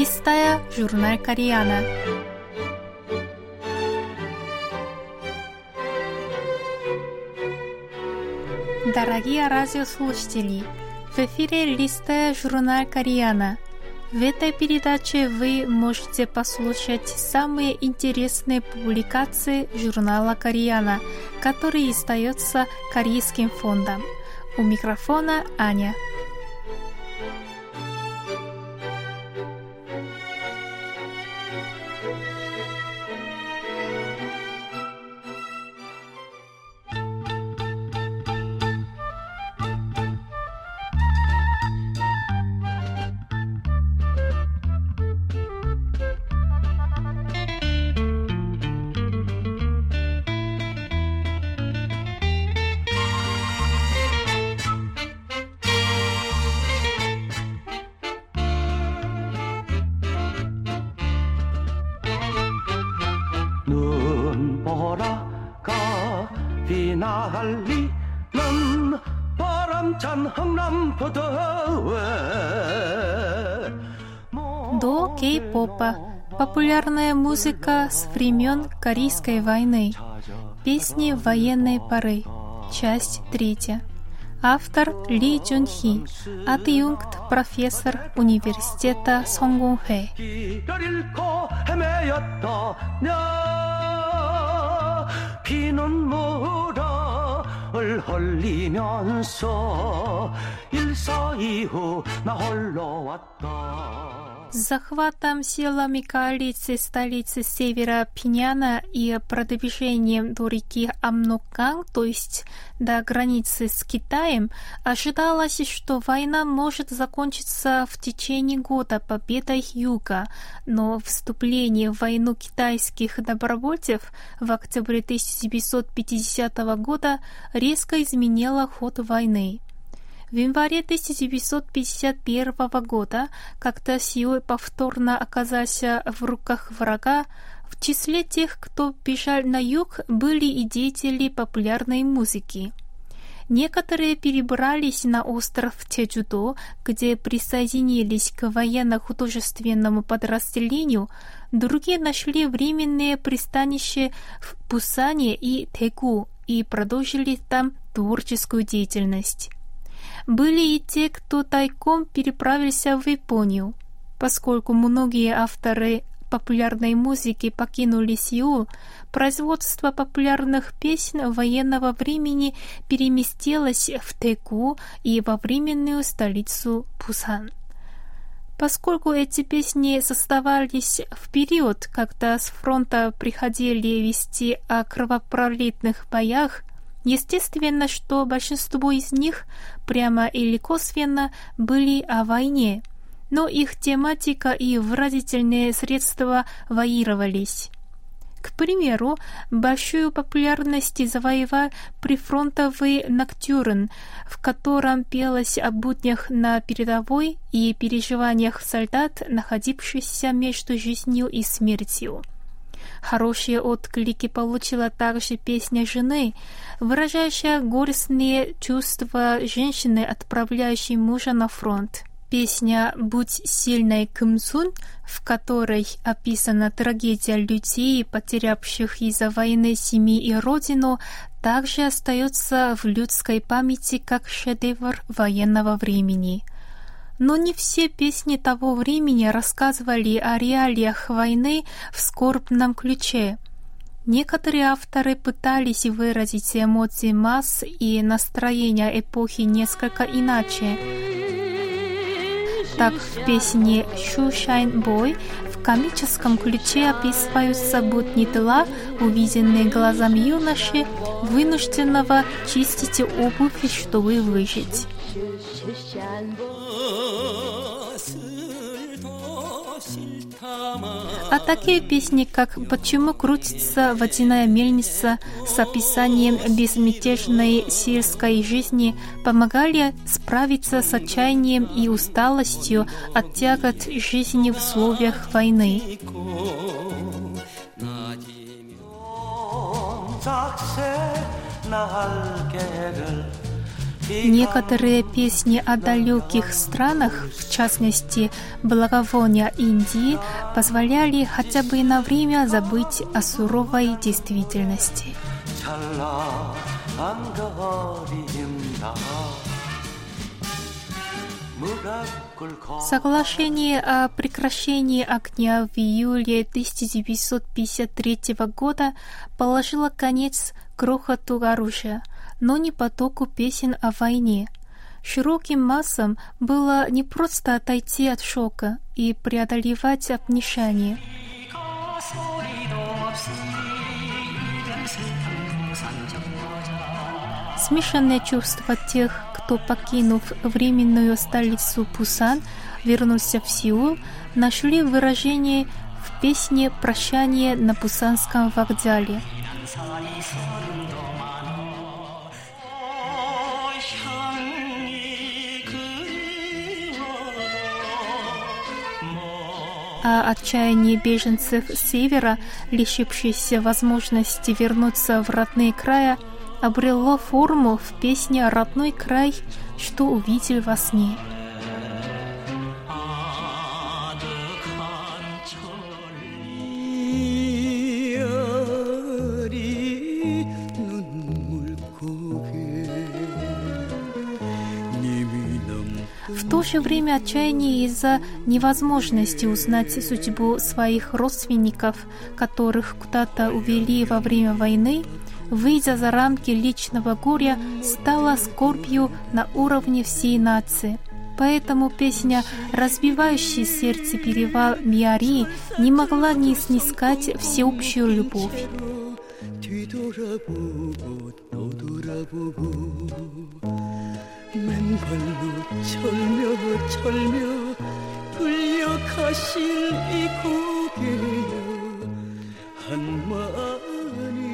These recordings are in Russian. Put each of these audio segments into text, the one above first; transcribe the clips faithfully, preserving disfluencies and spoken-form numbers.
Листая журнал «Кореяна». Дорогие радиослушатели, в эфире «Листая журнал «Кореяна». В этой передаче вы можете послушать самые интересные публикации журнала «Кореяна», который издается Корейским фондом. У микрофона Аня. До кей-попа. Популярная музыка с времен Корейской войны. Песни военной поры. Часть третья. Автор Ли Джун-хи. Адъюнкт профессор университета Сонgung-hae. С захватом силами коалиции столицы севера Пиняна и продвижением до реки Амноккан, то есть до границы с Китаем, ожидалось, что война может закончиться в течение года победой Юга, но вступление в войну китайских добровольцев в октябре тысяча девятьсот пятидесятого года резко изменило ход войны. В январе тысяча девятьсот пятьдесят первого года, когда Сеул повторно оказался в руках врага, в числе тех, кто бежал на юг, были и деятели популярной музыки. Некоторые перебрались на остров Чеджудо, где присоединились к военно-художественному подразделению, другие нашли временное пристанище в Пусане и Дэгу и продолжили там творческую деятельность. Были и те, кто тайком переправился в Японию. Поскольку многие авторы популярной музыки покинули Сеул, производство популярных песен военного времени переместилось в Дэгу и во временную столицу Пусан. Поскольку эти песни создавались в период, когда с фронта приходили вести о кровопролитных боях, естественно, что большинство из них, прямо или косвенно, были о войне, но их тематика и выразительные средства варьировались. К примеру, большую популярность завоевал прифронтовый ноктюрн, в котором пелось о буднях на передовой и переживаниях солдат, находившихся между жизнью и смертью. Хорошие отклики получила также песня жены, выражающая горестные чувства женщины, отправляющей мужа на фронт. Песня «Будь сильной, Кымсун», в которой описана трагедия людей, потерявших из-за войны семьи и родину, также остается в людской памяти как шедевр военного времени. Но не все песни того времени рассказывали о реалиях войны в скорбном ключе. Некоторые авторы пытались выразить эмоции масс и настроения эпохи несколько иначе. Так в песне «Shoeshine Boy» в комическом ключе описываются будни тыла, увиденные глазами юноши, вынужденного чистить обувь, чтобы выжить. А такие песни, как «Почему крутится водяная мельница» с описанием безмятежной сельской жизни, помогали справиться с отчаянием и усталостью от тягот жизни в условиях войны. Некоторые песни о далеких странах, в частности, благовония Индии, позволяли хотя бы на время забыть о суровой действительности. Соглашение о прекращении огня в июле тысяча девятьсот пятьдесят третьего года положило конец грохоту оружия, но не потоку песен о войне. Широким массам было не просто отойти от шока и преодолевать обнишание. Смешанное чувство тех, кто, покинув временную столицу Пусан, вернулся в Сеул, нашли выражение в песне «Прощание на Пусанском вокзале». А отчаяние беженцев с севера, лишившихся возможности вернуться в родные края, обрело форму в песне «Родной край, что увидел во сне». В то же время отчаяние из-за невозможности узнать судьбу своих родственников, которых куда-то увели во время войны, выйдя за рамки личного горя, стало скорбью на уровне всей нации. Поэтому песня «Разбивающий сердце перевал Миари» не могла не снискать всеобщую любовь. 맨발로 철며 철며 불려가실 이 고개여 한마디.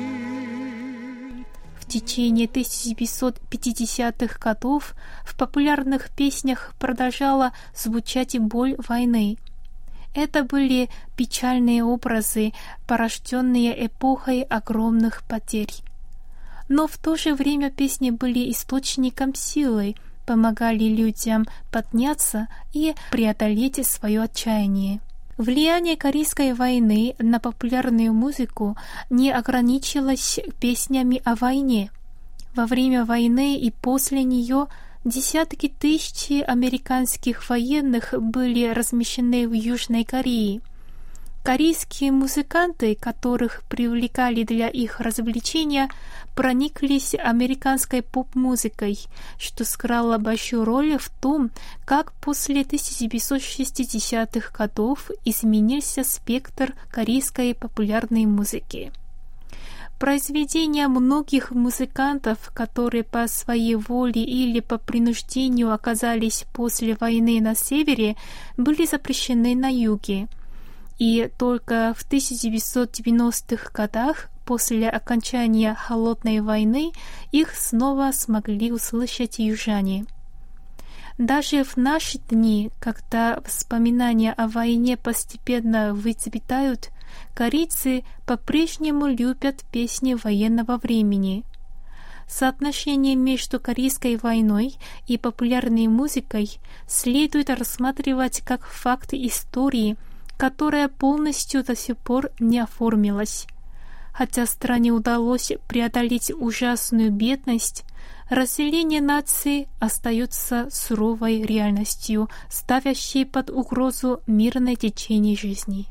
В течение тысяча девятьсот пятидесятых годов в популярных песнях продолжала звучать боль войны. Это были печальные образы, порожденные эпохой огромных потерь. Но в то же время песни были источником силы, помогали людям подняться и преодолеть свое отчаяние. Влияние Корейской войны на популярную музыку не ограничилось песнями о войне. Во время войны и после нее десятки тысяч американских военных были размещены в Южной Корее. Корейские музыканты, которых привлекали для их развлечения, прониклись американской поп-музыкой, что сыграло большую роль в том, как после тысяча девятьсот шестидесятых годов изменился спектр корейской популярной музыки. Произведения многих музыкантов, которые по своей воле или по принуждению оказались после войны на севере, были запрещены на юге. И только в тысяча девятьсот девяностых годах, после окончания Холодной войны, их снова смогли услышать южане. Даже в наши дни, когда воспоминания о войне постепенно выцветают, корейцы по-прежнему любят песни военного времени. Соотношение между Корейской войной и популярной музыкой следует рассматривать как факт истории, которая полностью до сих пор не оформилась. Хотя стране удалось преодолеть ужасную бедность, разделение нации остается суровой реальностью, ставящей под угрозу мирное течение жизни.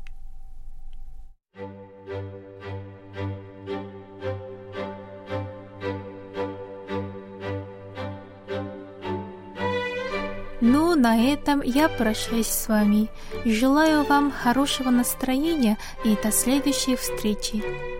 Ну, на этом я прощаюсь с вами. Желаю вам хорошего настроения и до следующей встречи.